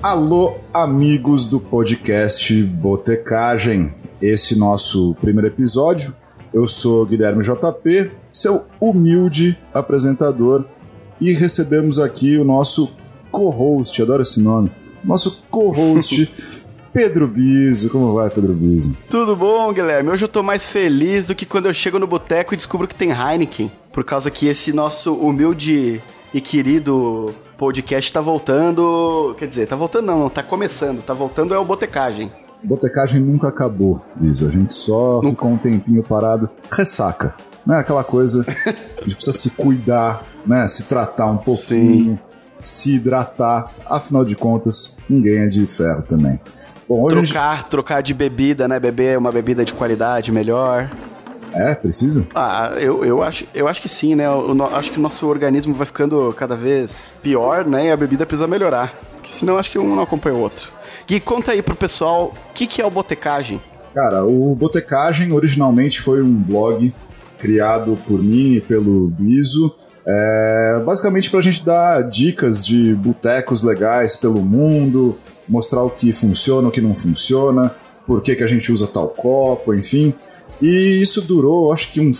Alô, amigos do podcast Botecagem. Esse nosso primeiro episódio. Eu sou Guilherme JP, seu humilde apresentador, e recebemos aqui o nosso co-host, adoro esse nome, nosso co-host Pedro Biso. Como vai, Pedro Biso? Tudo bom, Guilherme? Hoje eu tô mais feliz do que quando eu chego no boteco e descubro que tem Heineken, por causa que esse nosso humilde e querido podcast tá voltando, quer dizer, tá voltando não, tá começando, tá voltando é o Botecagem. Botecagem nunca acabou, Biso, a gente só ficou um tempinho parado, ressaca, né, aquela coisa, a gente precisa se cuidar, né, se tratar um pouquinho, se hidratar, afinal de contas, ninguém é de ferro também. Bom, hoje trocar de bebida, né, beber uma bebida de qualidade melhor. É, precisa? Eu acho que sim, né? Acho que o nosso organismo vai ficando cada vez pior, né? E a bebida precisa melhorar. Porque senão acho que um não acompanha o outro. Gui, conta aí pro pessoal o que é o Botecagem. Cara, o Botecagem originalmente foi um blog criado por mim e pelo Biso. Basicamente pra gente dar dicas de botecos legais pelo mundo, mostrar o que funciona, o que não funciona, por que a gente usa tal copo, enfim. E isso durou, acho que uns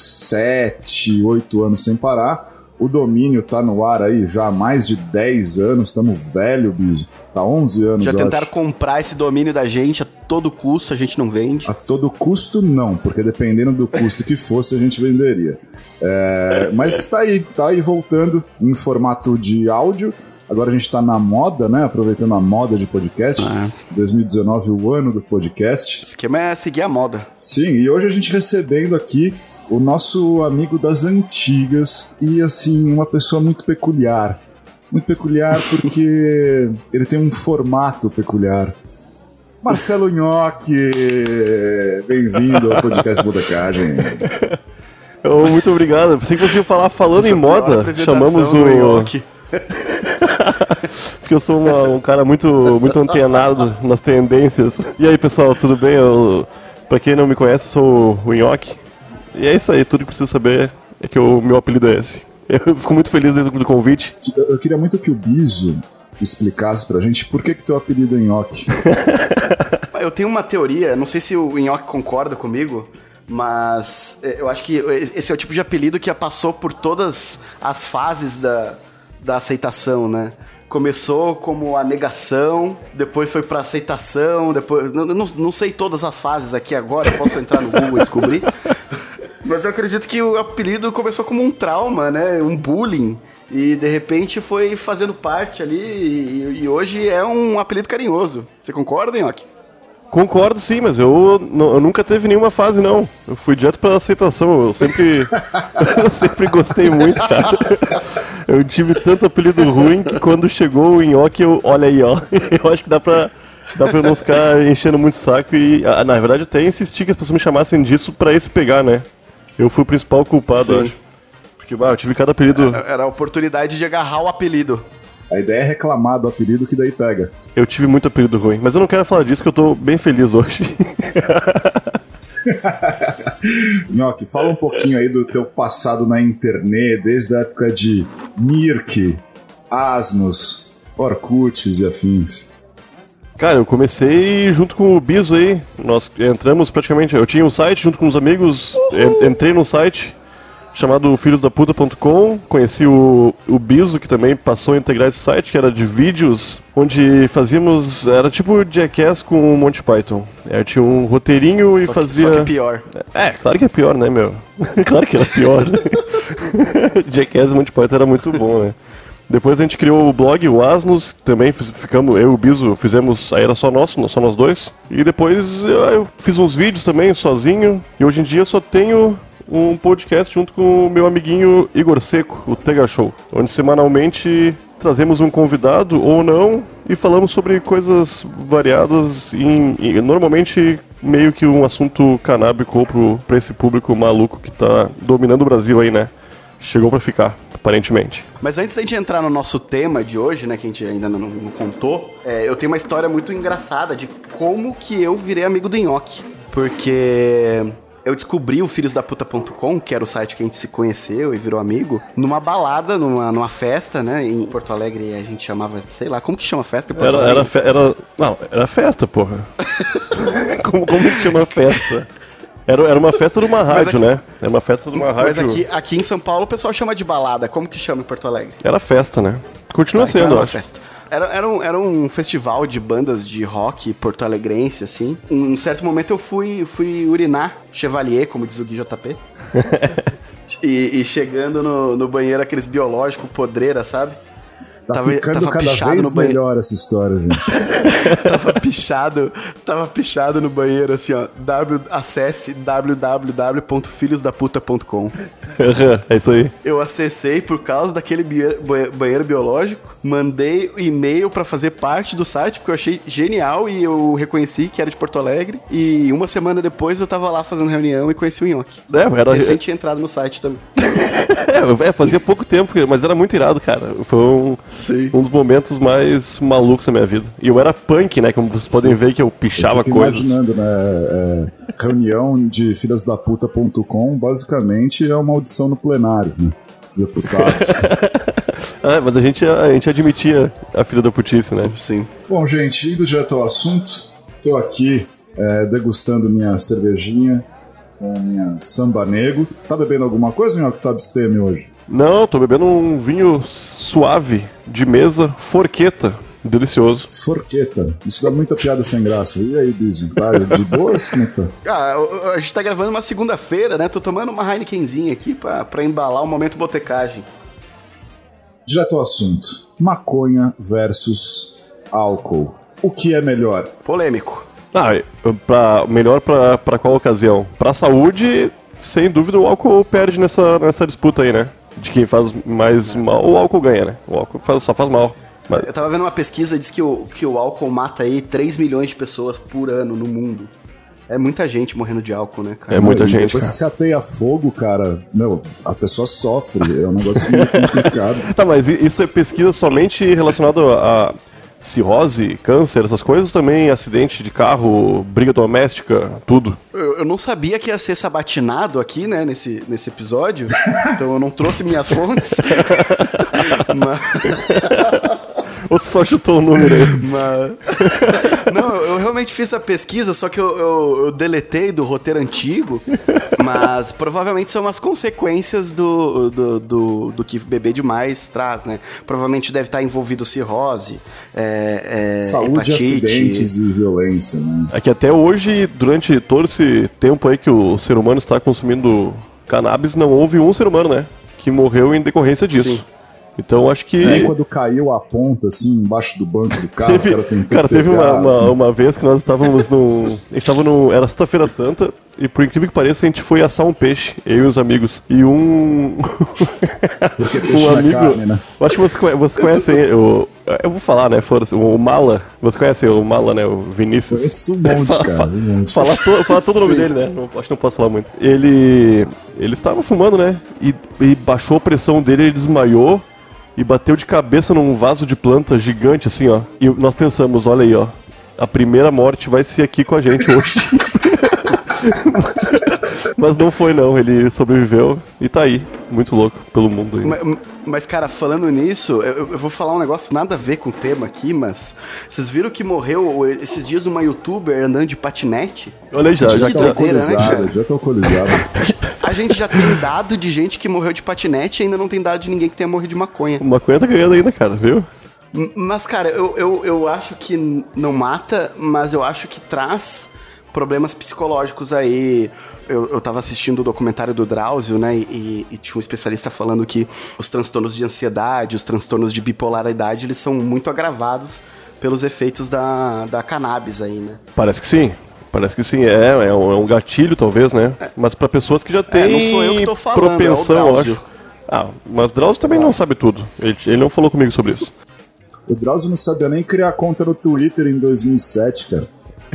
7, 8 anos sem parar. O domínio tá no ar aí já há mais de 10 anos, estamos velho, Biso. Tá 11 anos, já eu tentaram acho. Comprar esse domínio da gente a todo custo, a gente não vende. A todo custo não, porque dependendo do custo que fosse, a gente venderia. Mas tá aí voltando em formato de áudio. Agora a gente tá na moda, né? Aproveitando a moda de podcast. 2019, o ano do podcast. O esquema é seguir a moda. Sim, e hoje a gente recebendo aqui o nosso amigo das antigas e, assim, uma pessoa muito peculiar. Muito peculiar porque ele tem um formato peculiar. Marcelo Nhoque! Bem-vindo ao podcast Botecagem. Muito obrigado. Pensei que você ia falar falando em moda. Chamamos o Nhoque. Porque eu sou um cara muito antenado nas tendências. E aí, pessoal, tudo bem? Pra quem não me conhece, sou o Nhoque. E é isso aí, tudo que precisa saber é que o meu apelido é esse. Eu fico muito feliz do convite. Eu queria muito que o Biso explicasse pra gente por que teu apelido é Nhoque. Eu tenho uma teoria, não sei se o Nhoque concorda comigo, mas eu acho que esse é o tipo de apelido que passou por todas as fases da aceitação, né? Começou como a negação, depois foi pra aceitação, depois... Não sei todas as fases aqui agora, posso entrar no Google e descobrir. Mas eu acredito que o apelido começou como um trauma, né? Um bullying. E de repente foi fazendo parte ali e hoje é um apelido carinhoso. Você concorda, Nhoque? Concordo sim, mas eu nunca teve nenhuma fase, não. Eu fui direto pra aceitação, eu sempre gostei muito, cara. Eu tive tanto apelido ruim que quando chegou o Nhoque, olha aí, ó. Eu acho que dá pra eu não ficar enchendo muito saco e, na verdade, eu até insisti que as pessoas me chamassem disso pra esse pegar, né? Eu fui o principal culpado, acho. Porque, eu tive cada apelido... Era a oportunidade de agarrar o apelido. A ideia é reclamar do apelido que daí pega. Eu tive muito apelido ruim, mas eu não quero falar disso que eu tô bem feliz hoje. Nhoque, fala um pouquinho aí do teu passado na internet, desde a época de Mirk, Asnos, Orkuts e afins. Cara, eu comecei junto com o Biso aí, nós entramos praticamente, eu tinha um site junto com uns amigos, entrei num site chamado filhosdaputa.com, conheci o Biso, que também passou a integrar esse site, que era de vídeos, onde fazíamos, era tipo Jackass com o Monty Python. Eu tinha um roteirinho e fazia... Só que pior. Claro que é pior, né, meu? Claro que era pior. Jackass e Monty Python era muito bom, né? Depois a gente criou o blog, o Asnos, também ficamos, eu e o Biso fizemos, aí era só nós dois. E depois eu fiz uns vídeos também, sozinho, e hoje em dia eu só tenho um podcast junto com o meu amiguinho Igor Seco, o Tega Show, onde semanalmente trazemos um convidado ou não e falamos sobre coisas variadas e normalmente meio que um assunto canábico pra esse público maluco que tá dominando o Brasil aí, né? Chegou pra ficar, aparentemente. Mas antes da gente entrar no nosso tema de hoje, né, que a gente ainda não contou, eu tenho uma história muito engraçada de como que eu virei amigo do Nhoque. Porque Eu descobri o filhosdaputa.com, que era o site que a gente se conheceu e virou amigo, numa balada, numa festa, né? Em Porto Alegre a gente chamava, sei lá, como que chama festa em Porto Alegre? Era festa, porra. como que chama festa? Era uma festa de uma rádio, né? Era uma festa de uma rádio. Mas aqui em São Paulo o pessoal chama de balada. Como que chama em Porto Alegre? Era festa, né? Continua Então sendo, era eu uma acho. festa. Era um festival de bandas de rock porto-alegrense, assim. Um certo momento eu fui urinar, Chevalier, como diz o Gui JP. e chegando no banheiro, aqueles biológicos podreira, sabe? Tá ficando cada vez melhor essa história, gente. Tava pichado no banheiro, assim, ó. Acesse www.filhosdaputa.com. É isso aí. Eu acessei por causa daquele banheiro biológico, mandei o e-mail pra fazer parte do site, porque eu achei genial e eu reconheci que era de Porto Alegre. E uma semana depois eu tava lá fazendo reunião e conheci o Nhoque. Recente tinha entrado no site também. Fazia pouco tempo, mas era muito irado, cara. Foi um dos momentos mais malucos da minha vida. E eu era punk, né? Como vocês podem ver que eu pichava coisas. Imaginando, né? Reunião de filhasdaputa.com basicamente é uma audição no plenário, né? Os deputados. Mas a gente admitia a filha da putice, né? Sim. Bom, gente, indo direto ao assunto, tô aqui degustando minha cervejinha com minha samba nego. Tá bebendo alguma coisa, Minhoca, que tá abstêmio hoje? Não, tô bebendo um vinho suave de mesa, forqueta. Delicioso. Forqueta. Isso dá muita piada sem graça. E aí, Biso? Tá de boas? Como tá? A gente tá gravando uma segunda-feira, né? Tô tomando uma Heinekenzinha aqui pra embalar o momento botecagem. Direto ao assunto. Maconha versus álcool. O que é melhor? Polêmico. Melhor pra qual ocasião? Pra saúde, sem dúvida, o álcool perde nessa disputa aí, né? De quem faz mais mal, o álcool ganha, né? O álcool só faz mal. Mas... Eu tava vendo uma pesquisa, diz que o álcool mata aí 3 milhões de pessoas por ano no mundo. É muita gente morrendo de álcool, né, cara? É muita gente, depois cara. Se ateia fogo, cara, a pessoa sofre. É um negócio muito complicado. Tá, mas isso é pesquisa somente relacionada a cirrose, câncer, essas coisas, também acidente de carro, briga doméstica, tudo. Eu não sabia que ia ser sabatinado aqui, né, nesse episódio, então eu não trouxe minhas fontes. Ou só chutou o número aí? Não, eu realmente fiz a pesquisa, só que eu deletei do roteiro antigo, mas provavelmente são as consequências do que beber demais traz, né? Provavelmente deve estar envolvido cirrose, saúde, hepatite, acidentes e violência, né? É que até hoje, durante todo esse tempo aí que o ser humano está consumindo cannabis, não houve um ser humano, né? Que morreu em decorrência disso. Sim. Então acho que... Nem quando caiu a ponta, assim, embaixo do banco do carro, teve uma vez que nós estávamos no... A gente estava no... Era Sexta-feira Santa, e por incrível que pareça, a gente foi assar um peixe, eu e os amigos. E um amigo... Carne, né? Eu acho que vocês conhecem eu vou falar, né? O Mala. Você conhece o Mala, né? O Vinícius. Conheço um monte, cara. Fala todo o nome dele, né? Acho que não posso falar muito. Ele estava fumando, né? E baixou a pressão dele, ele desmaiou. E bateu de cabeça num vaso de planta gigante, assim, ó. E nós pensamos, olha aí, ó. A primeira morte vai ser aqui com a gente hoje. Mas não foi, não. Ele sobreviveu e tá aí. Muito louco pelo mundo aí. Mas, cara, falando nisso, eu vou falar um negócio nada a ver com o tema aqui, mas vocês viram que morreu esses dias uma youtuber andando de patinete? Olha aí, já tô alcoolizado, já tô alcoolizado. A gente já tem dado de gente que morreu de patinete e ainda não tem dado de ninguém que tenha morrido de maconha. Maconha tá ganhando ainda, cara, viu? Mas, cara, eu acho que não mata, mas eu acho que traz problemas psicológicos aí. Eu tava assistindo o documentário do Drauzio, né, e tinha um especialista falando que os transtornos de ansiedade, os transtornos de bipolaridade, eles são muito agravados pelos efeitos da cannabis aí, né? Parece que sim. É um gatilho, talvez, né? Mas pra pessoas que já têm não sou eu que tô falando, propensão, é o Drauzio. Eu acho. Mas o Drauzio também não sabe tudo. Ele não falou comigo sobre isso. O Drauzio não sabia nem criar conta no Twitter em 2007, cara.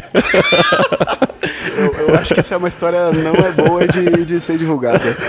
Eu acho que essa é uma história não é boa de ser divulgada.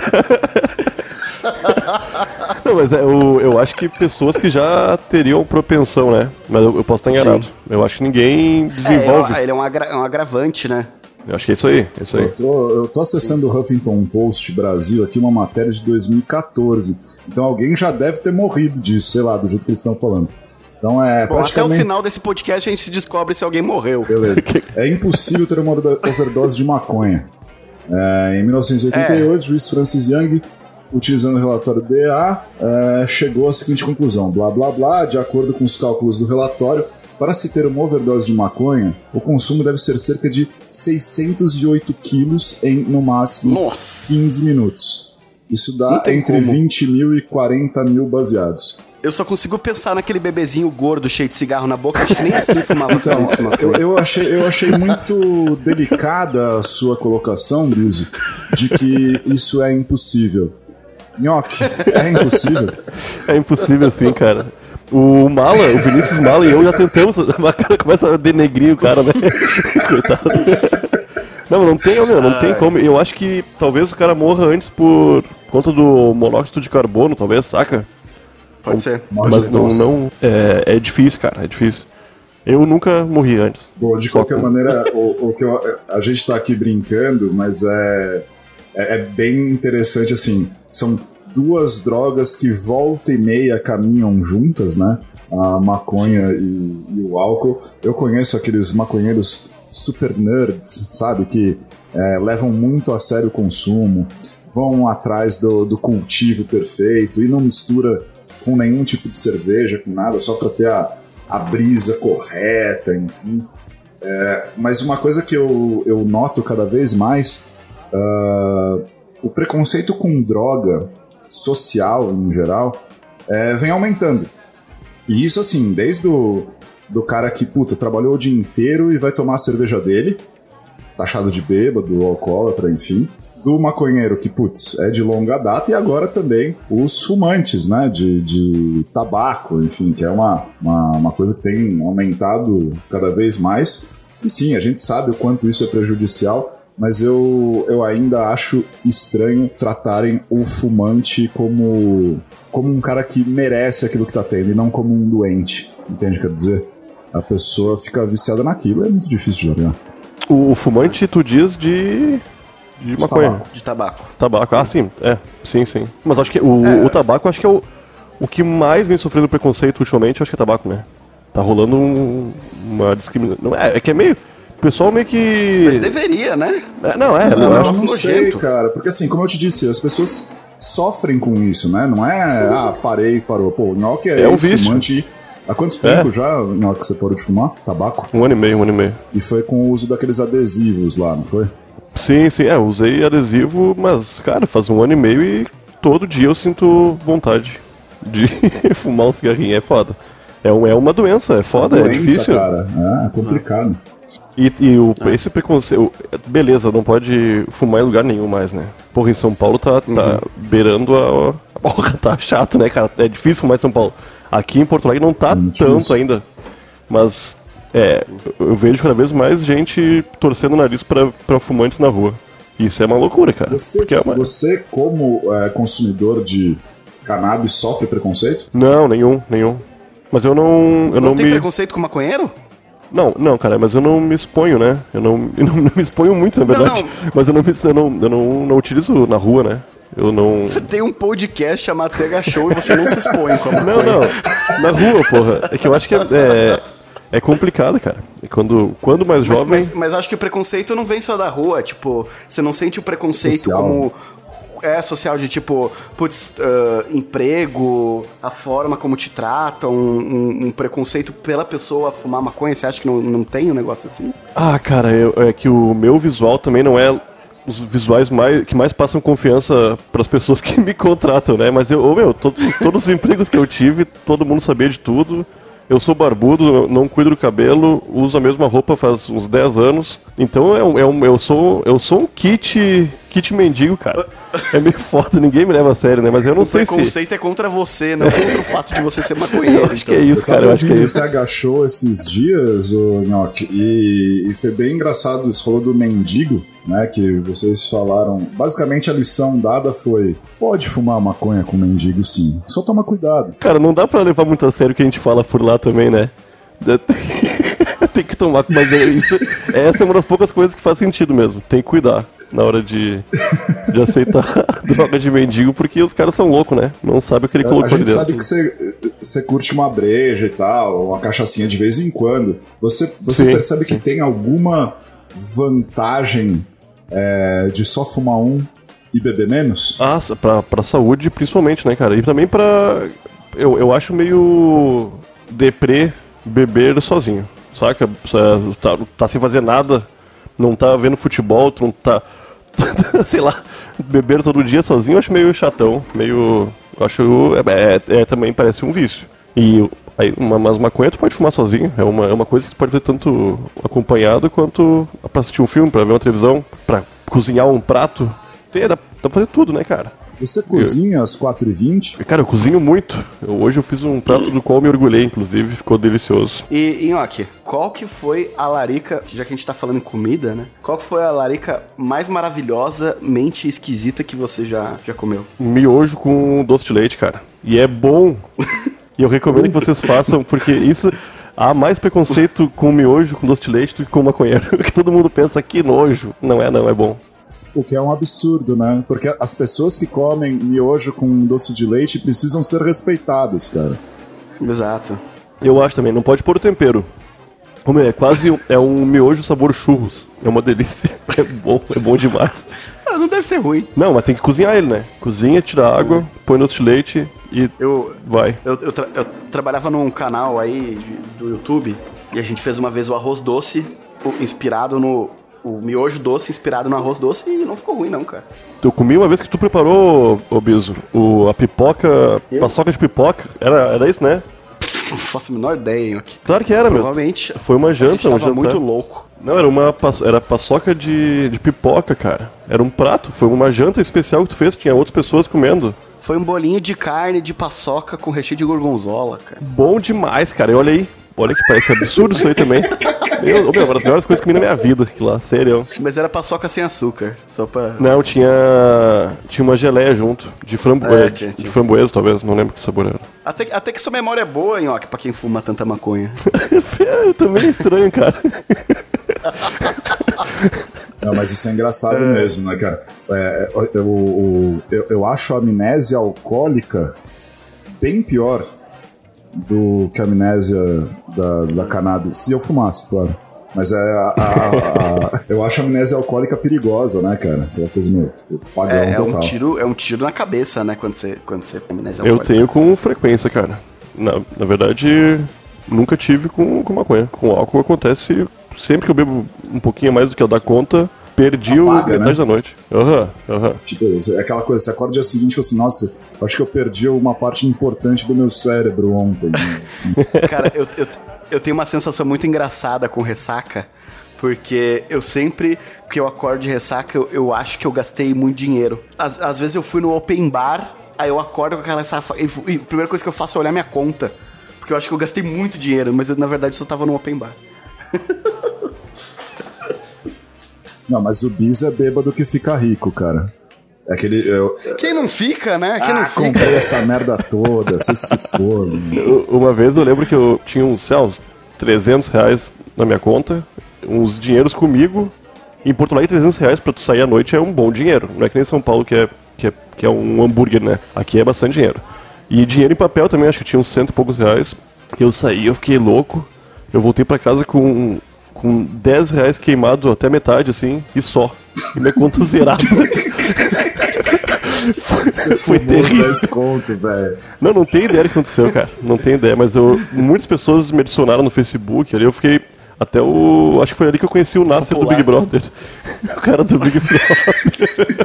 Não, mas eu acho que pessoas que já teriam propensão, né? Mas eu posso estar enganado. Sim. Eu acho que ninguém desenvolve. Ele é um agravante, né? Eu acho que é isso aí, é isso aí. Eu tô acessando o Huffington Post Brasil aqui, uma matéria de 2014. Então alguém já deve ter morrido disso, sei lá, do jeito que eles estão falando. Então Bom, até o final desse podcast a gente descobre se alguém morreu. Beleza. É impossível ter uma overdose de maconha. Em 1988, o juiz Francis Young, utilizando o relatório DEA, chegou à seguinte conclusão, blá blá blá, de acordo com os cálculos do relatório, para se ter uma overdose de maconha, o consumo deve ser cerca de 608 quilos em, no máximo, 15 minutos. Isso dá entre 20 mil e 40 mil baseados. Eu só consigo pensar naquele bebezinho gordo cheio de cigarro na boca, acho que nem assim fumava então, eu achei muito delicada a sua colocação, Brizo, de que isso é impossível. Nhoque, é impossível? É impossível sim, cara. O Vinícius Mala e eu já tentamos, mas o cara começa a denegrir o cara, né? Coitado. Não tem como. Eu acho que talvez o cara morra antes por conta do monóxido de carbono, talvez, saca? Pode ser. Mas não é difícil, cara, é difícil. Eu nunca morri antes. Bom, de qualquer maneira, a gente tá aqui brincando, mas é bem interessante, assim, são duas drogas que volta e meia caminham juntas, né? A maconha e o álcool. Eu conheço aqueles maconheiros super nerds, sabe? Que levam muito a sério o consumo, vão atrás do cultivo perfeito e não mistura com nenhum tipo de cerveja, com nada, só para ter a brisa correta, enfim. Mas uma coisa que eu noto cada vez mais, o preconceito com droga social, em geral, vem aumentando. E isso, assim, desde do cara que, trabalhou o dia inteiro e vai tomar a cerveja dele, taxado de bêbado, alcoólatra, enfim, do maconheiro que, é de longa data, e agora também os fumantes, né, de tabaco, enfim, que é uma coisa que tem aumentado cada vez mais. E sim, a gente sabe o quanto isso é prejudicial, mas eu ainda acho estranho tratarem o fumante como um cara que merece aquilo que tá tendo e não como um doente, entende o que eu quero dizer? A pessoa fica viciada naquilo, é muito difícil de jogar. O fumante, tu diz de maconha. De tabaco. Tabaco, sim, sim. Mas acho que o tabaco, acho que é o que mais vem sofrendo preconceito ultimamente, acho que é tabaco, né? Tá rolando uma discriminação. É que é meio... O pessoal meio que... Mas deveria, né? Eu acho não sei, cara. Porque assim, como eu te disse, as pessoas sofrem com isso, né? Não é, parei e parou. Pô, o Nhoque é um vício. Fumante. Há quanto tempo já, Nhoque, você parou de fumar tabaco? 1 ano e meio. E foi com o uso daqueles adesivos lá, não foi? Sim, usei adesivo, mas, cara, faz 1 ano e meio e todo dia eu sinto vontade de fumar um cigarrinho, é foda. É uma doença, é foda, é difícil. Cara, é complicado. Esse preconceito, beleza, não pode fumar em lugar nenhum mais, né? Porra, em São Paulo tá beirando a... Tá chato, né, cara? É difícil fumar em São Paulo. Aqui em Porto Alegre não tá tanto ainda, mas... eu vejo cada vez mais gente torcendo o nariz pra fumantes na rua. Isso é uma loucura, cara. Você como consumidor de cannabis, sofre preconceito? Não, nenhum. Mas eu não tem preconceito com maconheiro? Não, cara, mas eu não me exponho, né? Eu não me exponho muito, na verdade. Não. Mas eu não utilizo na rua, né? Eu não... Você tem um podcast chamado TH Show e você não se expõe com a maconha. Não. Na rua, porra. É que eu acho que é complicado, cara. Quando mais jovem... Mas acho que o preconceito não vem só da rua, tipo... Você não sente o preconceito social, como... social de tipo... emprego, a forma como te tratam, um preconceito pela pessoa fumar maconha. Você acha que não tem um negócio assim? Ah, cara, é que o meu visual também não é... os visuais que mais passam confiança para as pessoas que me contratam, né? Mas todos os empregos que eu tive, todo mundo sabia de tudo. Eu sou barbudo, não cuido do cabelo, uso a mesma roupa faz uns 10 anos. Então eu sou um kit mendigo, cara. É meio foda, ninguém me leva a sério, né? Mas eu não sei se... O preconceito é contra você, não contra o fato de você ser maconheiro. Eu acho que é isso, cara. Eu acho que é isso. Você agachou esses dias, Nhoque, e foi bem engraçado. Você falou do mendigo, né? Que vocês falaram... Basicamente a lição dada foi: pode fumar maconha com mendigo, sim. Só toma cuidado. Cara, não dá pra levar muito a sério o que a gente fala por lá também, né? Tem que tomar, mas essa é uma das poucas coisas que faz sentido mesmo. Tem que cuidar na hora de aceitar droga de mendigo, porque os caras são loucos, né? Não sabe o que ele colocou ali dentro. A gente sabe que você curte uma breja e tal, uma cachaçinha de vez em quando. Você percebe que tem alguma vantagem de só fumar um e beber menos? Ah, pra saúde principalmente, né, cara? E também pra... Eu acho meio deprê beber sozinho, saca? Tá sem fazer nada, não tá vendo futebol, tu não tá... sei lá, beber todo dia sozinho eu acho meio chatão, meio... Eu acho... também parece um vício. E aí, mas maconha tu pode fumar sozinho, é uma coisa que tu pode fazer tanto acompanhado quanto pra assistir um filme, pra ver uma televisão, pra cozinhar um prato. Dá pra fazer tudo, né, cara? Você cozinha às 4h20? Cara, eu cozinho muito. Hoje eu fiz um prato do qual me orgulhei, inclusive, ficou delicioso. E Nhoque, qual que foi a larica, já que a gente tá falando em comida, né? Qual que foi a larica mais maravilhosamente esquisita que você já comeu? Miojo com doce de leite, cara. E é bom. E eu recomendo que vocês façam, porque isso... Há mais preconceito com miojo com doce de leite do que com maconheiro. Que todo mundo pensa, que nojo. Não, é bom. O que é um absurdo, né? Porque as pessoas que comem miojo com doce de leite precisam ser respeitadas, cara. Exato. Eu acho também, não pode pôr o tempero. Como é quase um miojo sabor churros. É uma delícia. É bom demais. Não deve ser ruim. Não, mas tem que cozinhar ele, né? Cozinha, tira a água, põe doce de leite e vai. Eu trabalhava num canal aí do YouTube e a gente fez uma vez o arroz doce inspirado no... O miojo doce inspirado no arroz doce e não ficou ruim não, cara. Eu comi uma vez que tu preparou, ô Biso, a pipoca, paçoca de pipoca, era isso, né? Não faço a menor ideia, hein, aqui. Claro que era, provavelmente, meu. Foi uma janta, a gente tava muito louco. Não, era paçoca de pipoca, cara. Era um prato, foi uma janta especial que tu fez, tinha outras pessoas comendo. Foi um bolinho de carne de paçoca com recheio de gorgonzola, cara. Bom demais, cara, e olha aí. Olha que parece absurdo isso aí também. Uma das melhores coisas que eu comi na minha vida, aquilo lá, sério. Mas era paçoca sem açúcar, só pra... Não, tinha uma geleia junto, de framboesa, de framboesa talvez, não lembro que sabor era. Até que sua memória é boa, Nhoque, pra quem fuma tanta maconha. Eu também é estranho, cara. Não, mas isso é engraçado mesmo, né, cara? Eu acho a amnésia alcoólica bem pior do que a amnésia da cannabis, se eu fumasse, claro. Mas eu acho a amnésia alcoólica perigosa, né, cara? Aquela coisa meio padrão total. É um tiro na cabeça, né, quando você tem amnésia alcoólica. Eu tenho com frequência, cara. Na verdade, nunca tive com maconha. Com álcool acontece sempre que eu bebo um pouquinho mais do que eu dar conta, perdi metade da noite. Tipo, é aquela coisa, você acorda no dia seguinte e fala assim, nossa, acho que eu perdi uma parte importante do meu cérebro ontem. Cara, eu tenho uma sensação muito engraçada com ressaca, porque eu sempre que eu acordo de ressaca, eu acho que eu gastei muito dinheiro. Às vezes eu fui no open bar, aí eu acordo com aquela ressaca, e a primeira coisa que eu faço é olhar minha conta, porque eu acho que eu gastei muito dinheiro, mas eu, na verdade, só tava no open bar. Não, mas o bis é bêbado que fica rico, cara. É aquele... Quem não fica, né? Quem não fica? Comprei essa merda toda, se for. Uma vez eu lembro que eu tinha uns 300 reais na minha conta, uns dinheiros comigo. Em Porto Alegre, 300 reais pra tu sair à noite é um bom dinheiro. Não é que nem São Paulo que é um hambúrguer, né? Aqui é bastante dinheiro. E dinheiro em papel também, acho que tinha uns 100 e poucos reais. Eu saí, eu fiquei louco. Eu voltei pra casa com 10 reais queimado até metade, assim, e só. E minha conta zerada. Foi terrível. 10 conto, velho. Não tem ideia do que aconteceu, cara. Não tenho ideia, mas muitas pessoas me adicionaram no Facebook, ali eu fiquei... acho que foi ali que eu conheci o Nasser do Big Brother. O cara do Big Brother.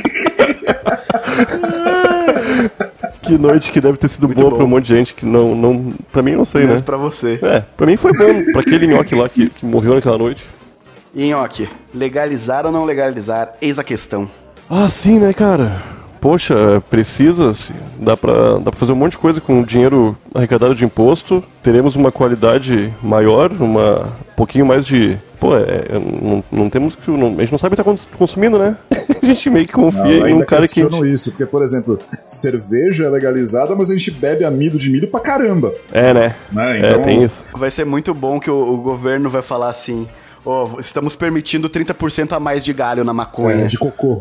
Que noite que deve ter sido muito boa pra um monte de gente que não... Pra mim, não sei, né? Mas pra você. Pra mim foi bom. Pra aquele nhoque lá que morreu naquela noite. E nhoque, legalizar ou não legalizar? Eis a questão. Ah, sim, né, cara? Poxa, precisa, dá pra fazer um monte de coisa com o dinheiro arrecadado de imposto. Teremos uma qualidade maior, um pouquinho mais de Pô, não temos que. A gente não sabe o que tá consumindo, né? A gente meio que confia em um cara que. Eu questiono isso, porque, por exemplo, cerveja é legalizada, mas a gente bebe amido de milho pra caramba. É, né? Então, tem isso. Vai ser muito bom que o governo vai falar assim: estamos permitindo 30% a mais de galho na maconha. De cocô.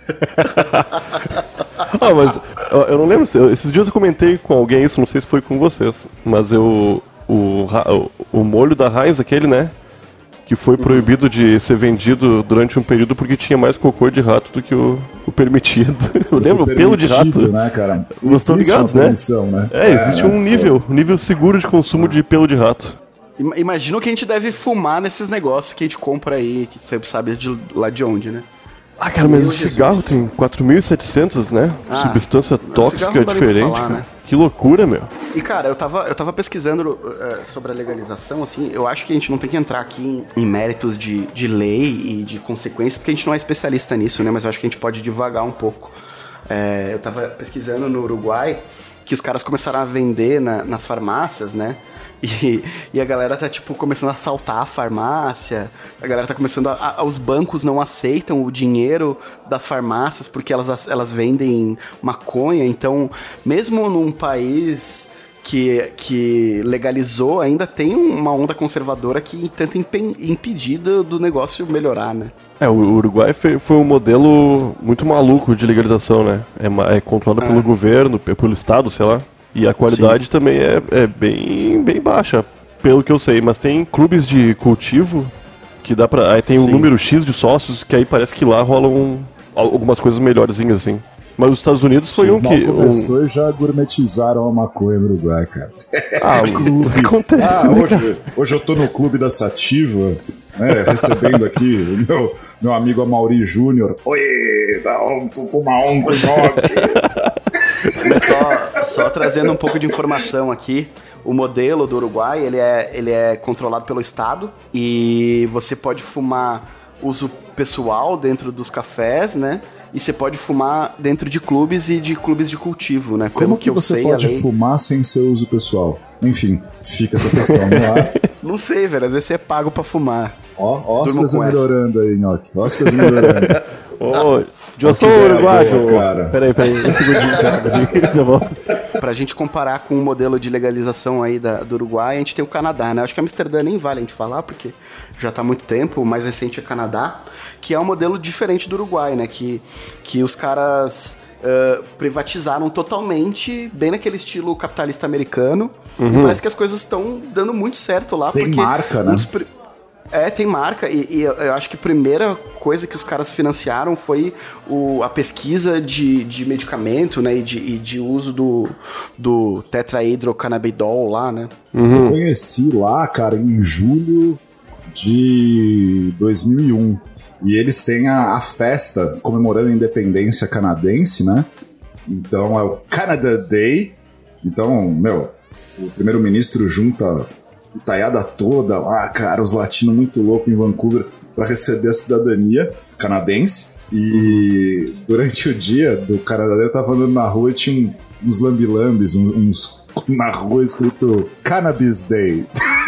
Mas eu não lembro, esses dias eu comentei com alguém isso, não sei se foi com vocês, mas o molho da Heinz, aquele, né, que foi proibido de ser vendido durante um período porque tinha mais cocô de rato do que o permitido. Eu lembro, o pelo de rato. Né, cara? Vocês estão ligados, né? Existe um nível seguro de consumo de pelo de rato. Imagina o que a gente deve fumar nesses negócios que a gente compra aí, que você sabe lá de onde, né? Cara, mas o cigarro tem 4.700, né? Substância tóxica diferente, falar, cara. Né? Que loucura, meu. E, cara, eu tava pesquisando sobre a legalização, assim, eu acho que a gente não tem que entrar aqui em méritos de lei e de consequências, porque a gente não é especialista nisso, né? Mas eu acho que a gente pode devagar um pouco. Eu tava pesquisando no Uruguai que os caras começaram a vender nas farmácias, né? E a galera tá, tipo, começando a assaltar a farmácia. A galera tá começando os bancos não aceitam o dinheiro das farmácias porque elas vendem maconha. Então, mesmo num país que legalizou, ainda tem uma onda conservadora que tenta impedir do negócio melhorar, né? O Uruguai foi um modelo muito maluco de legalização, né? É controlado pelo governo, pelo Estado, sei lá. E a qualidade também é bem baixa, pelo que eu sei. Mas tem clubes de cultivo que dá pra... Aí tem um número X de sócios que aí parece que lá rolam algumas coisas melhorzinhas, assim. Mas os Estados Unidos foi que... começou e já gourmetizaram a maconha no Uruguai, cara. Acontece, né, hoje eu tô no clube da Sativa, né, recebendo aqui o meu amigo Amaury Júnior. Oi, tu fuma um com Mas só trazendo um pouco de informação aqui, o modelo do Uruguai, ele é controlado pelo Estado e você pode fumar uso pessoal dentro dos cafés, né? E você pode fumar dentro de clubes e de clubes de cultivo, né? Como que você pode fumar sem seu uso pessoal? Enfim, fica essa questão no ar. Não sei, velho. Às vezes você é pago pra fumar. Ó as coisas melhorando aí, Nhoque. Ó as coisas melhorando. Eu sou uruguaio, cara. Peraí, um segundinho, cara. Já volto. Pra gente comparar com o modelo de legalização aí do Uruguai, a gente tem o Canadá, né? Acho que Amsterdã nem vale a gente falar, porque já tá há muito tempo, o mais recente é Canadá, que é um modelo diferente do Uruguai, né? Que os caras privatizaram totalmente, bem naquele estilo capitalista americano. E parece que as coisas estão dando muito certo lá. Tem porque marca, né? Tem marca, e eu acho que a primeira coisa que os caras financiaram foi a pesquisa de medicamento, né, e de uso do tetrahidrocannabidol lá, né? Eu conheci lá, cara, em julho de 2001, e eles têm a festa comemorando a independência canadense, né? Então é o Canada Day. Então, o primeiro-ministro junta taiada toda lá, cara, os latinos muito loucos em Vancouver pra receber a cidadania canadense. E durante o dia do Canadá, eu tava andando na rua e tinha uns lambilambes, uns na rua escrito Cannabis Day.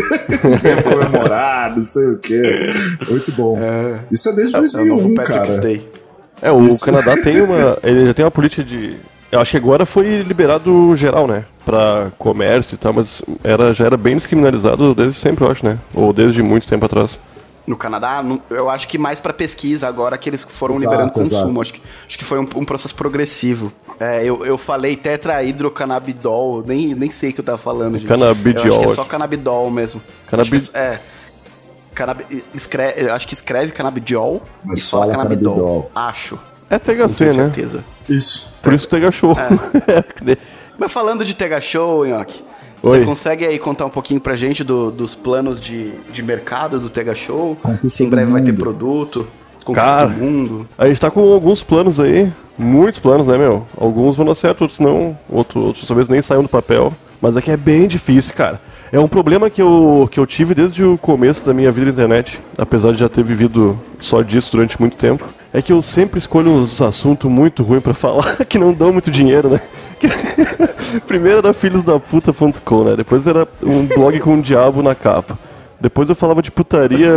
Comemorar, não sei o que. Muito bom. Isso é desde 2001, cara. Day. O Canadá tem ele já tem uma política de... Eu acho que agora foi liberado geral, né? Pra comércio e tal, mas já era bem descriminalizado desde sempre, eu acho, né? Ou desde muito tempo atrás. No Canadá, eu acho que mais pra pesquisa agora que eles foram liberando consumo. Acho que foi um processo progressivo. Eu falei tetrahidrocannabidol, nem sei o que eu tava falando, gente. Canabidiol. Eu acho que é só cannabidol mesmo. Acho que escreve canabidiol, mas fala cannabidol. Acho. É THC, né? Certeza. Isso. Por isso TH Show. Mas falando de TH Show, Nhoque, você consegue aí contar um pouquinho pra gente dos planos de mercado do TH Show? Se em breve vai ter produto, conquista do mundo. A gente tá com alguns planos aí, muitos planos, né, meu? Alguns vão dar certo, outros não, outros talvez nem saiam do papel. Mas aqui é bem difícil, cara. É um problema que eu tive desde o começo da minha vida na internet, apesar de já ter vivido só disso durante muito tempo. É que eu sempre escolho uns assuntos muito ruins pra falar, que não dão muito dinheiro, né? Primeiro era filhosdaputa.com, né? Depois era um blog com um diabo na capa. Depois eu falava de putaria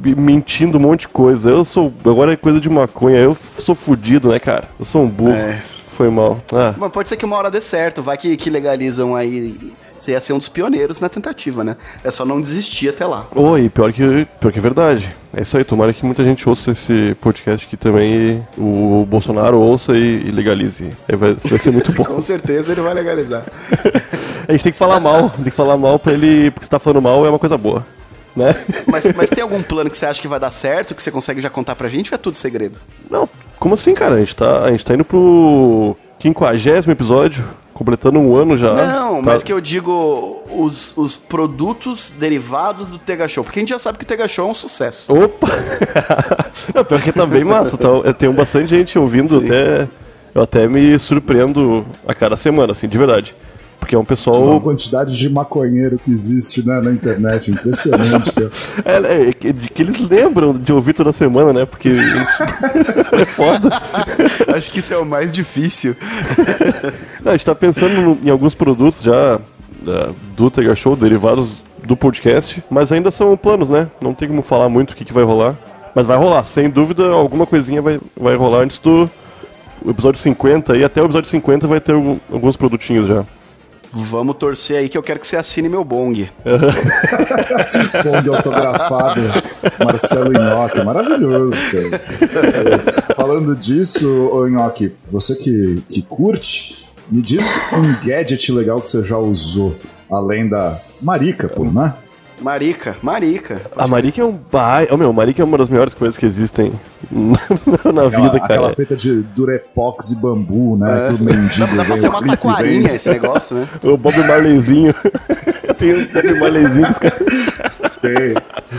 mentindo um monte de coisa. Agora é coisa de maconha, eu sou fudido, né, cara? Eu sou um burro. Foi mal. Mas pode ser que uma hora dê certo, vai que legalizam aí. Você ia ser um dos pioneiros na tentativa, né? É só não desistir até lá. Oi, pior que é verdade. É isso aí, tomara que muita gente ouça esse podcast aqui também e o Bolsonaro ouça e legalize. Aí vai ser muito bom. Com certeza ele vai legalizar. A gente tem que falar mal pra ele, porque se tá falando mal é uma coisa boa, né? Mas tem algum plano que você acha que vai dar certo, que você consegue já contar pra gente ou é tudo segredo? Não, como assim, cara? A gente tá indo pro 50º episódio, completando um ano já. Não, mas que eu digo os produtos derivados do Tega Show, porque a gente já sabe que o Tega Show é um sucesso. Opa! Não, pior que tá bem massa, tem bastante gente ouvindo, eu até me surpreendo a cada semana, assim, de verdade. Porque é um pessoal... A quantidade de maconheiro que existe, né, na internet, impressionante. Que eles lembram de ouvir toda semana, né? Porque é foda. Acho que isso é o mais difícil. Não, a gente tá pensando em alguns produtos já do Tega Show, derivados do podcast, mas ainda são planos, né? Não tem como falar muito o que vai rolar. Mas vai rolar, sem dúvida, alguma coisinha vai rolar antes do episódio 50, e até o episódio 50 vai ter alguns produtinhos já. Vamos torcer aí que eu quero que você assine meu bong. Bong autografado, Marcelo Nhoque, maravilhoso, cara. Falando disso, ô Nhoque, você que curte, me diz um gadget legal que você já usou, além da Marica, pô, né? Marica. A Marica é Marica é uma das melhores coisas que existem na vida, cara. Aquela feita de durepox e bambu, né? Que o mendigo dá pra ser uma taquarinha esse negócio, né? O Bob Marleyzinho. Tem o Bob Marleyzinho, cara. Tem.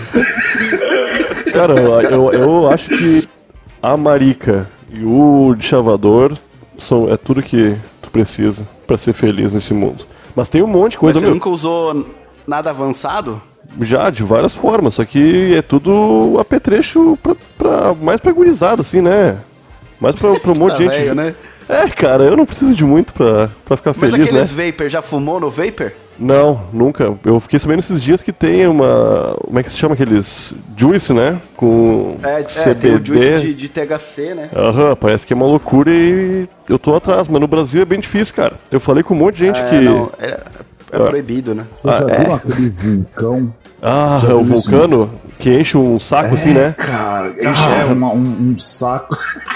Cara, eu acho que a Marica e o chavador é tudo que tu precisa pra ser feliz nesse mundo. Mas tem um monte de coisa, Mas você nunca usou nada avançado? Já, de várias formas, só que é tudo apetrecho mais pra gurizada, assim, né? Mais pra um monte de gente. Velho, né? É, cara, eu não preciso de muito pra ficar feliz, né? Mas aqueles vapor, já fumou no vapor? Não, nunca. Eu fiquei sabendo esses dias que tem como é que se chama aqueles? Juice, né? Com CBD. Tem o juice de THC, né? Aham, parece que é uma loucura e eu tô atrás, mas no Brasil é bem difícil, cara. Eu falei com um monte de gente que... Não, é proibido, né? Você já viu aquele vulcão? É o vulcano que enche um saco assim, né? Cara, enche um saco.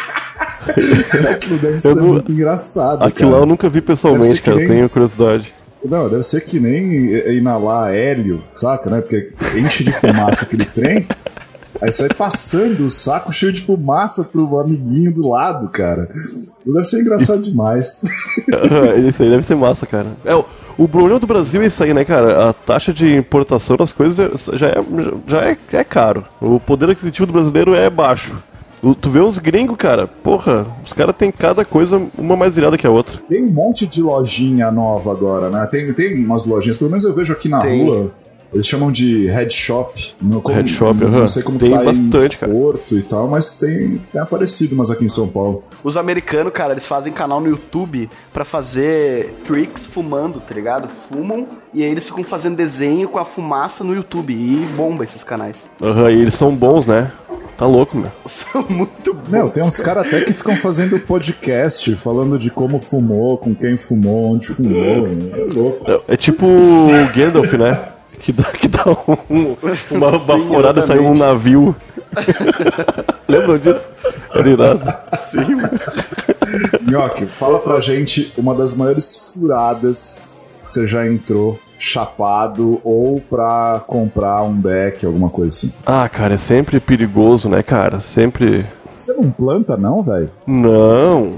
Aquilo deve ser muito engraçado. Aquilo lá eu nunca vi pessoalmente, cara, eu tenho curiosidade. Não, deve ser que nem inalar hélio, saca, né? Porque enche de fumaça aquele trem. Aí você vai passando o saco cheio de fumaça pro amiguinho do lado, cara. Deve ser engraçado demais. Isso aí deve ser massa, cara. O problema do Brasil é isso aí, né, cara? A taxa de importação das coisas já é caro. O poder aquisitivo do brasileiro é baixo. Tu vê os gringos, cara, porra, os caras têm cada coisa uma mais irada que a outra. Tem um monte de lojinha nova agora, né? Tem umas lojinhas, pelo menos eu vejo aqui na rua. Eles chamam de head shop. Head shop, não sei como tem tá bastante, em cara. Porto e tal, mas tem aparecido umas aqui em São Paulo. Os americanos, cara, eles fazem canal no YouTube pra fazer tricks fumando, tá ligado? Fumam e aí eles ficam fazendo desenho com a fumaça no YouTube e bomba esses canais. E eles são bons, né? Tá louco, meu. São muito bons. Meu, tem uns caras até que ficam fazendo podcast falando de como fumou, com quem fumou, onde fumou. É louco. É tipo o Gandalf, né? Que dá uma baforada e sai um navio. Lembram disso? Era irado. Sim, mano. Nhoque, fala pra gente uma das maiores furadas que você já entrou chapado ou pra comprar um beck, alguma coisa assim. Cara, é sempre perigoso, né, cara? Sempre... Você não planta não, velho? Não.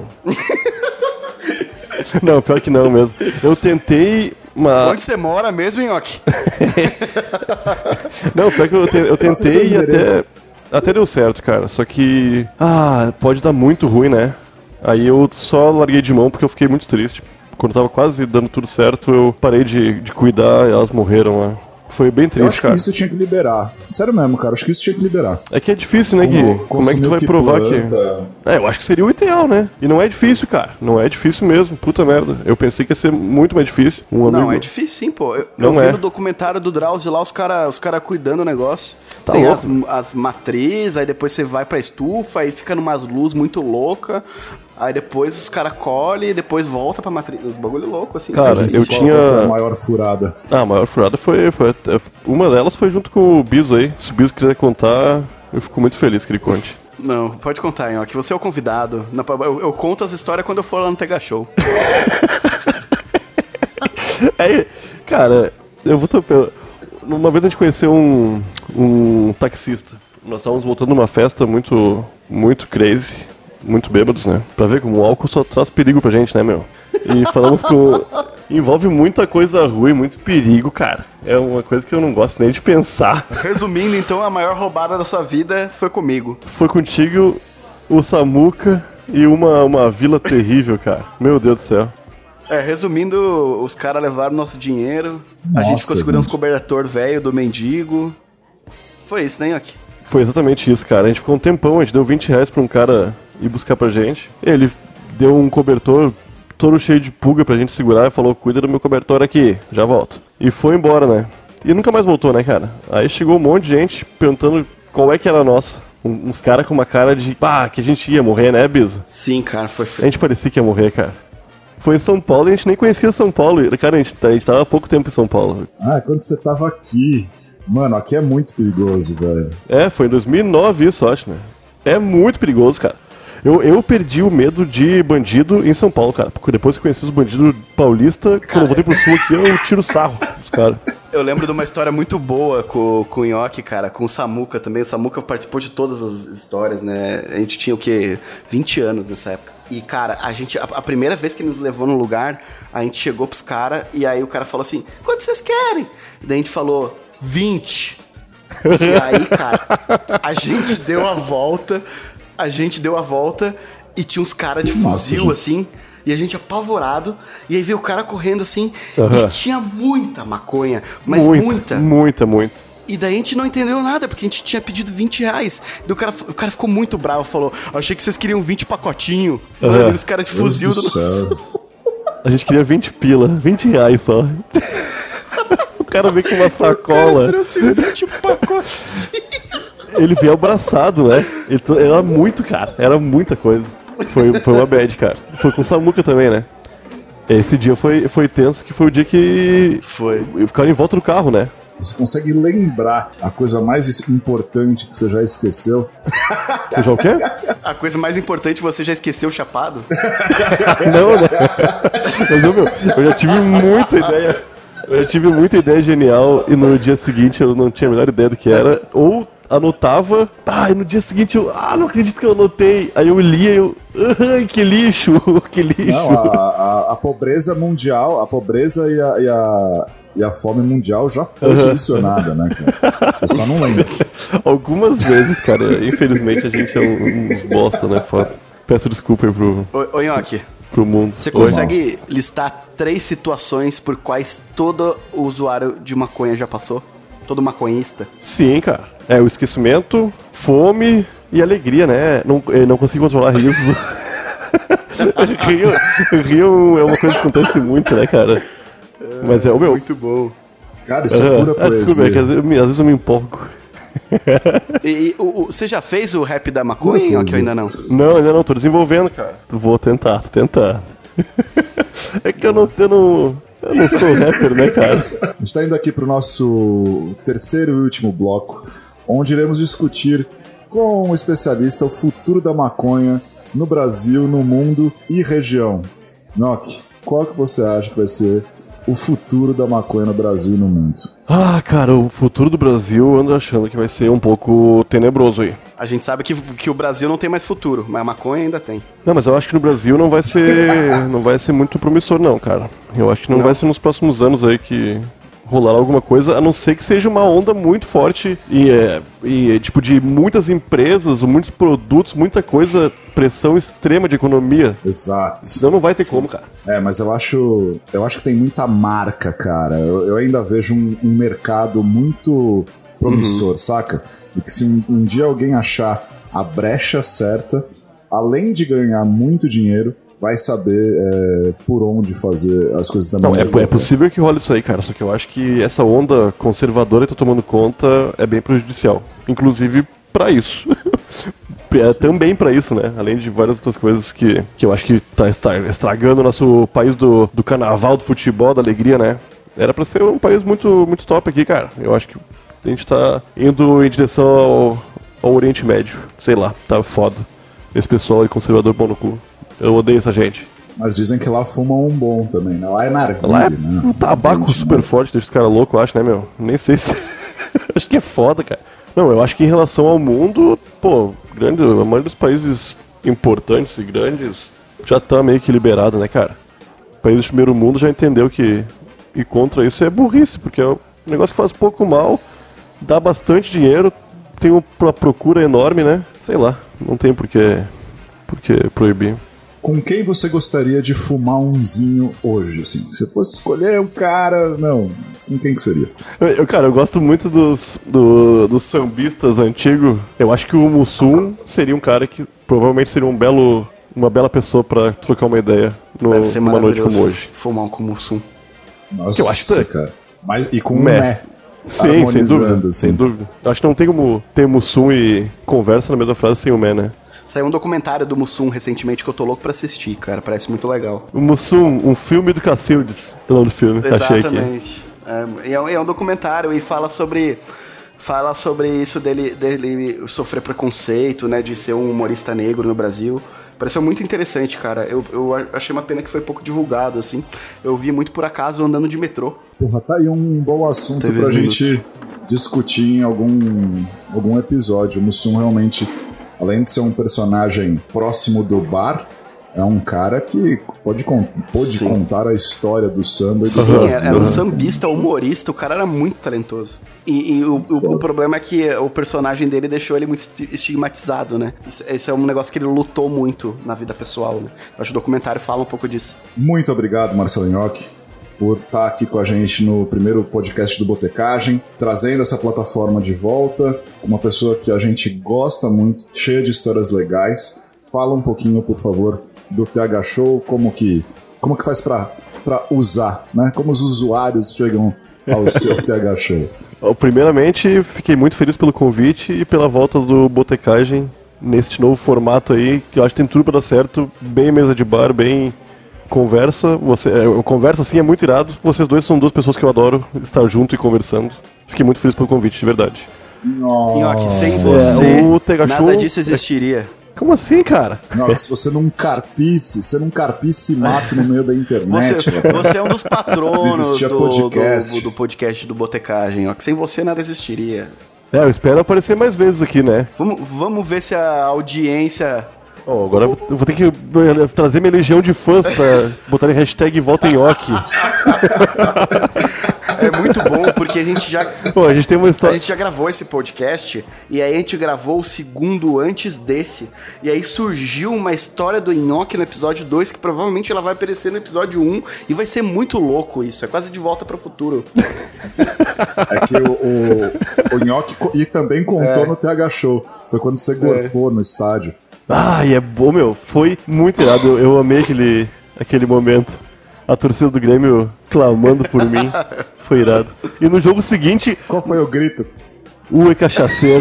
Não, pior que não mesmo. Eu tentei... Onde você mora mesmo, Nhoque? Não, pior que eu tentei e até deu certo, cara. Só que... pode dar muito ruim, né? Aí eu só larguei de mão porque eu fiquei muito triste. Quando tava quase dando tudo certo, eu parei de cuidar e elas morreram lá. Foi bem triste, eu acho cara. Que isso tinha que liberar. Sério mesmo, cara. Acho que isso tinha que liberar. É que é difícil, né, Gui? Como é que tu vai provar que... eu acho que seria o ideal, né? E não é difícil, cara. Não é difícil mesmo. Puta merda. Eu pensei que ia ser muito mais difícil. Não, é difícil sim, pô. Eu vi no documentário do Drauzio lá, os cara cuidando do negócio. Tá tem louco. as matrizes, aí depois você vai pra estufa, aí fica numas luz muito louca. Aí depois os caras colhem e depois volta pra matriz. Os bagulho louco, assim. Cara, eu tinha... Qual foi a maior furada? Ah, a maior furada foi... Uma delas foi junto com o Biso aí. Se o Biso quiser contar, eu fico muito feliz que ele conte. Não, pode contar, Nhoque. Você é o convidado. Eu conto as histórias quando eu for lá no Tega Show. Aí, cara, eu vou... Uma vez a gente conheceu um taxista. Nós estávamos voltando numa festa muito crazy, muito bêbados, né? Pra ver como o álcool só traz perigo pra gente, né, meu? E falamos com... Envolve muita coisa ruim, muito perigo, cara. É uma coisa que eu não gosto nem de pensar. Resumindo, então, a maior roubada da sua vida foi comigo. Foi contigo, o Samuca e uma vila terrível, cara. Meu Deus do céu. Resumindo, os caras levaram nosso dinheiro, a gente ficou segurando os cobertor velho do mendigo. Foi isso, né, Nhoque? Foi exatamente isso, cara. A gente ficou um tempão, a gente deu 20 reais pra um cara ir buscar pra gente. Ele deu um cobertor todo cheio de pulga pra gente segurar e falou, cuida do meu cobertor aqui, já volto. E foi embora, né? E nunca mais voltou, né, cara? Aí chegou um monte de gente perguntando qual é que era a nossa. Uns caras com uma cara de, pá, que a gente ia morrer, né, Biso? Sim, cara, foi A feio. gente parecia que ia morrer, cara. Foi em São Paulo e a gente nem conhecia São Paulo. Cara, a gente tava há pouco tempo em São Paulo. Ah, quando você tava aqui. Mano, aqui é muito perigoso, velho. Foi em 2009 isso, eu acho, né? É muito perigoso, cara. Eu perdi o medo de bandido em São Paulo, cara. Porque depois que conheci os bandidos paulistas, quando eu voltei pro sul aqui, eu tiro sarro dos caras. Eu lembro de uma história muito boa com o Nhoque, cara, com o Samuca também. O Samuca participou de todas as histórias, né? A gente tinha, 20 anos nessa época. E, cara, a primeira vez que ele nos levou no lugar, a gente chegou pros caras e aí o cara falou assim, quanto vocês querem? Daí a gente falou, 20. E aí, cara, a gente deu a volta e tinha uns caras de fuzil, gente. assim, e a gente apavorado, e aí veio o cara correndo assim, e tinha muita maconha, mas muita. Muita. E daí a gente não entendeu nada, porque a gente tinha pedido 20 reais. E o cara ficou muito bravo, falou, achei que vocês queriam 20 pacotinho. Mano, e os caras de fuzil do nosso... A gente queria 20 pila, 20 reais só. O cara veio com uma sacola. O cara trouxe 20 pacotes. Ele veio abraçado, né? Era muito, cara. Era muita coisa. Foi uma bad, cara. Foi com o Samuca também, né? Esse dia foi tenso, que foi o dia que... Foi. Ficaram em volta do carro, né? Você consegue lembrar a coisa mais importante que você já esqueceu? Já o quê? A coisa mais importante, você já esqueceu o chapado? Não, né? Mas eu já tive muita ideia. Eu tive muita ideia genial e no dia seguinte eu não tinha a menor ideia do que era. Ou anotava, e no dia seguinte eu, não acredito que eu anotei. Aí eu lia e eu, ai, que lixo, que lixo. Não, a pobreza mundial, a pobreza e a fome mundial já foi solucionada, né, cara? Você só não lembra. Algumas vezes, cara. Infelizmente a gente é uns bosta, né? Peço desculpa aí Ô, Nhoque, pro mundo. você consegue listar 3 situações por quais todo usuário de maconha já passou? Todo maconhista? Sim, cara. O esquecimento, fome e alegria, né? Não consigo controlar riso. Rio é uma coisa que acontece muito, né, cara? Mas é o meu. Muito bom. Cara, isso é pura poesia. Desculpa, que às vezes eu me empolgo. Você já fez o rap da maconha, Nhoque, ou ainda não? Não, ainda não, tô desenvolvendo, cara. Vou tentar, tô tentando. É que eu não sou rapper, né, cara? A gente tá indo aqui pro nosso terceiro e último bloco, onde iremos discutir com um especialista o futuro da maconha no Brasil, no mundo e região. Nhoque, qual que você acha que vai ser o futuro da maconha no Brasil e no mundo? Cara, o futuro do Brasil eu ando achando que vai ser um pouco tenebroso aí. A gente sabe que o Brasil não tem mais futuro, mas a maconha ainda tem. Não, mas eu acho que no Brasil não vai ser muito promissor não, cara. Eu acho que não vai ser nos próximos anos aí que rolar alguma coisa, a não ser que seja uma onda muito forte e tipo de muitas empresas, muitos produtos, muita coisa, pressão extrema de economia. Exato. Senão não vai ter como, cara. Mas eu acho que tem muita marca, cara. Eu ainda vejo um mercado muito promissor, saca? E que se um dia alguém achar a brecha certa, além de ganhar muito dinheiro, vai saber por onde fazer as coisas da maneira. É possível que role isso aí, cara, só que eu acho que essa onda conservadora que tá tomando conta é bem prejudicial. Inclusive pra isso. Também pra isso, né? Além de várias outras coisas que eu acho que tá estragando o nosso país do carnaval, do futebol, da alegria, né? Era pra ser um país muito, muito top aqui, cara. Eu acho que a gente tá indo em direção ao Oriente Médio. Sei lá, tá foda. Esse pessoal aí conservador pão no cu. Eu odeio essa gente. Mas dizem que lá fumam um bom também, né? Lá é narguilha, lá é né? um tabaco super forte, deixa os caras loucos, eu acho, né, meu? Nem sei se... acho que é foda, cara. Não, eu acho que em relação ao mundo, pô, a maioria dos países importantes e grandes já tá meio que liberado, né, cara? O país do primeiro mundo já entendeu que ir contra isso é burrice, porque é um negócio que faz pouco mal, dá bastante dinheiro, tem uma procura enorme, né? Sei lá, não tem por que proibir. Com quem você gostaria de fumar umzinho hoje, assim? Se você fosse escolher um cara, não, com quem que seria? Eu gosto muito dos sambistas antigos. Eu acho que o Mussum seria um cara que provavelmente seria uma bela pessoa pra trocar uma ideia numa noite como hoje. Fumar um com o Mussum. Nossa, eu acho que cara. Mas, e com um Mé. Sim, sem dúvida, assim. sem dúvida. Acho que não tem como ter Mussum e conversa na mesma frase sem o Mé, né? Saiu um documentário do Mussum recentemente que eu tô louco pra assistir, cara. Parece muito legal. O Mussum, um filme do Cacildes, é o nome do filme. Exatamente. É um documentário e fala sobre isso dele sofrer preconceito, né? De ser um humorista negro no Brasil. Pareceu muito interessante, cara. Eu achei uma pena que foi pouco divulgado, assim. Eu vi muito por acaso andando de metrô. Porra, tá aí um bom assunto pra gente discutir em algum episódio. O Mussum realmente, além de ser um personagem próximo do bar, é um cara que pôde contar a história do samba e do Brasil. Era um sambista, humorista, o cara era muito talentoso. E o problema é que o personagem dele deixou ele muito estigmatizado, né? Esse é um negócio que ele lutou muito na vida pessoal, né? Eu acho que o documentário fala um pouco disso. Muito obrigado, Marcelo Nhoque, por estar aqui com a gente no primeiro podcast do Botecagem, trazendo essa plataforma de volta, uma pessoa que a gente gosta muito, cheia de histórias legais. Fala um pouquinho, por favor, do TH Show, como que faz pra usar, né? Como os usuários chegam ao seu TH Show. Primeiramente, fiquei muito feliz pelo convite e pela volta do Botecagem neste novo formato aí, que eu acho que tem tudo pra dar certo, bem mesa de bar, bem conversa. Conversa assim é muito irado. Vocês dois são duas pessoas que eu adoro estar junto e conversando. Fiquei muito feliz pelo convite, de verdade. Nhoque, sem você, o TH nada Show disso existiria. Como assim, cara? Não, se você não carpisse mato no meio da internet. Você é um dos patronos podcast. do podcast do Botecagem, ó, que sem você nada existiria. Eu espero aparecer mais vezes aqui, né? Vamos ver se a audiência... Agora eu vou ter que trazer minha legião de fãs pra botar em hashtag Volta em Nhoque. É muito bom, porque a gente já... a gente tem uma história... A gente já gravou esse podcast, e aí a gente gravou o segundo antes desse, e aí surgiu uma história do Nhoque no episódio 2, que provavelmente ela vai aparecer no episódio 1, e vai ser muito louco isso, é quase De Volta para o Futuro. É que o Nhoque e também contou no TH Show, foi quando você gorfou no estádio. E é bom, meu, foi muito irado, eu amei aquele momento. A torcida do Grêmio clamando por mim. Foi irado. E no jogo seguinte... Qual foi o grito? É cachaceiro.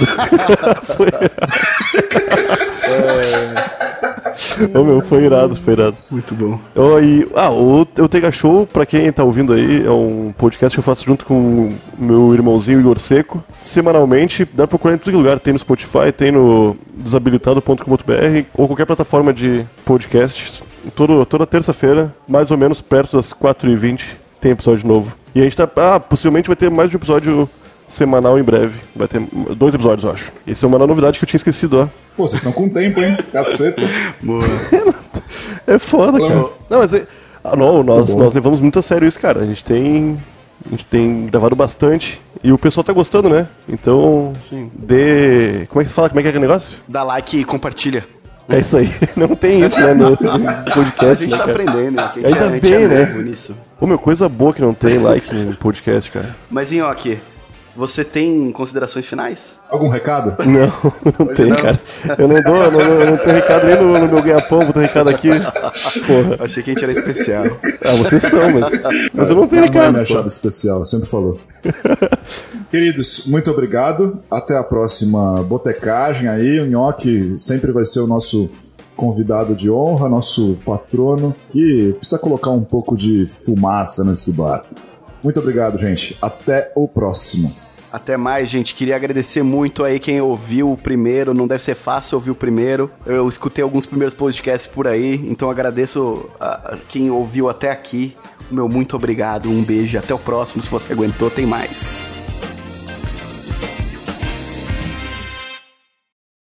Foi irado. Muito bom. O TH Show, pra quem tá ouvindo aí, é um podcast que eu faço junto com o meu irmãozinho Igor Seco. Semanalmente, dá pra procurar em todo lugar. Tem no Spotify, tem no desabilitado.com.br ou qualquer plataforma de podcast. Toda terça-feira, mais ou menos perto das 4h20, tem episódio novo. E a gente tá... possivelmente vai ter mais de um episódio semanal em breve. Vai ter 2 episódios, eu acho. Isso é uma novidade que eu tinha esquecido, ó. Pô, vocês estão com tempo, hein? Caceta. Boa. É foda, cara. Não, mas... nós levamos muito a sério isso, cara. A gente tem gravado bastante e o pessoal tá gostando, né? Então... Sim. Como é que se fala? Como é que é o negócio? Dá like e compartilha. É isso aí. Não tem isso, né, no podcast. A gente né, tá cara? aprendendo. Ainda bem, né? Nisso. Meu, coisa boa que não tem like no podcast, cara. Mas, Nhoque, você tem considerações finais? Algum recado? Não tem, cara. Eu não tenho recado nem no meu ganha-pão, vou ter recado aqui. Porra. Achei que a gente era especial. Vocês são, mas eu não tenho recado. Não é chave especial, sempre falou. Queridos, muito obrigado. Até a próxima botecagem aí. O Nhoque sempre vai ser o nosso convidado de honra, nosso patrono, que precisa colocar um pouco de fumaça nesse bar. Muito obrigado, gente. Até o próximo. Até mais, gente. Queria agradecer muito aí quem ouviu o primeiro. Não deve ser fácil ouvir o primeiro. Eu escutei alguns primeiros podcasts por aí, então agradeço a quem ouviu até aqui. Meu muito obrigado. Um beijo. Até o próximo. Se você aguentou, tem mais.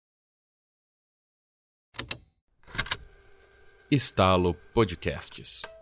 Estalo Podcasts.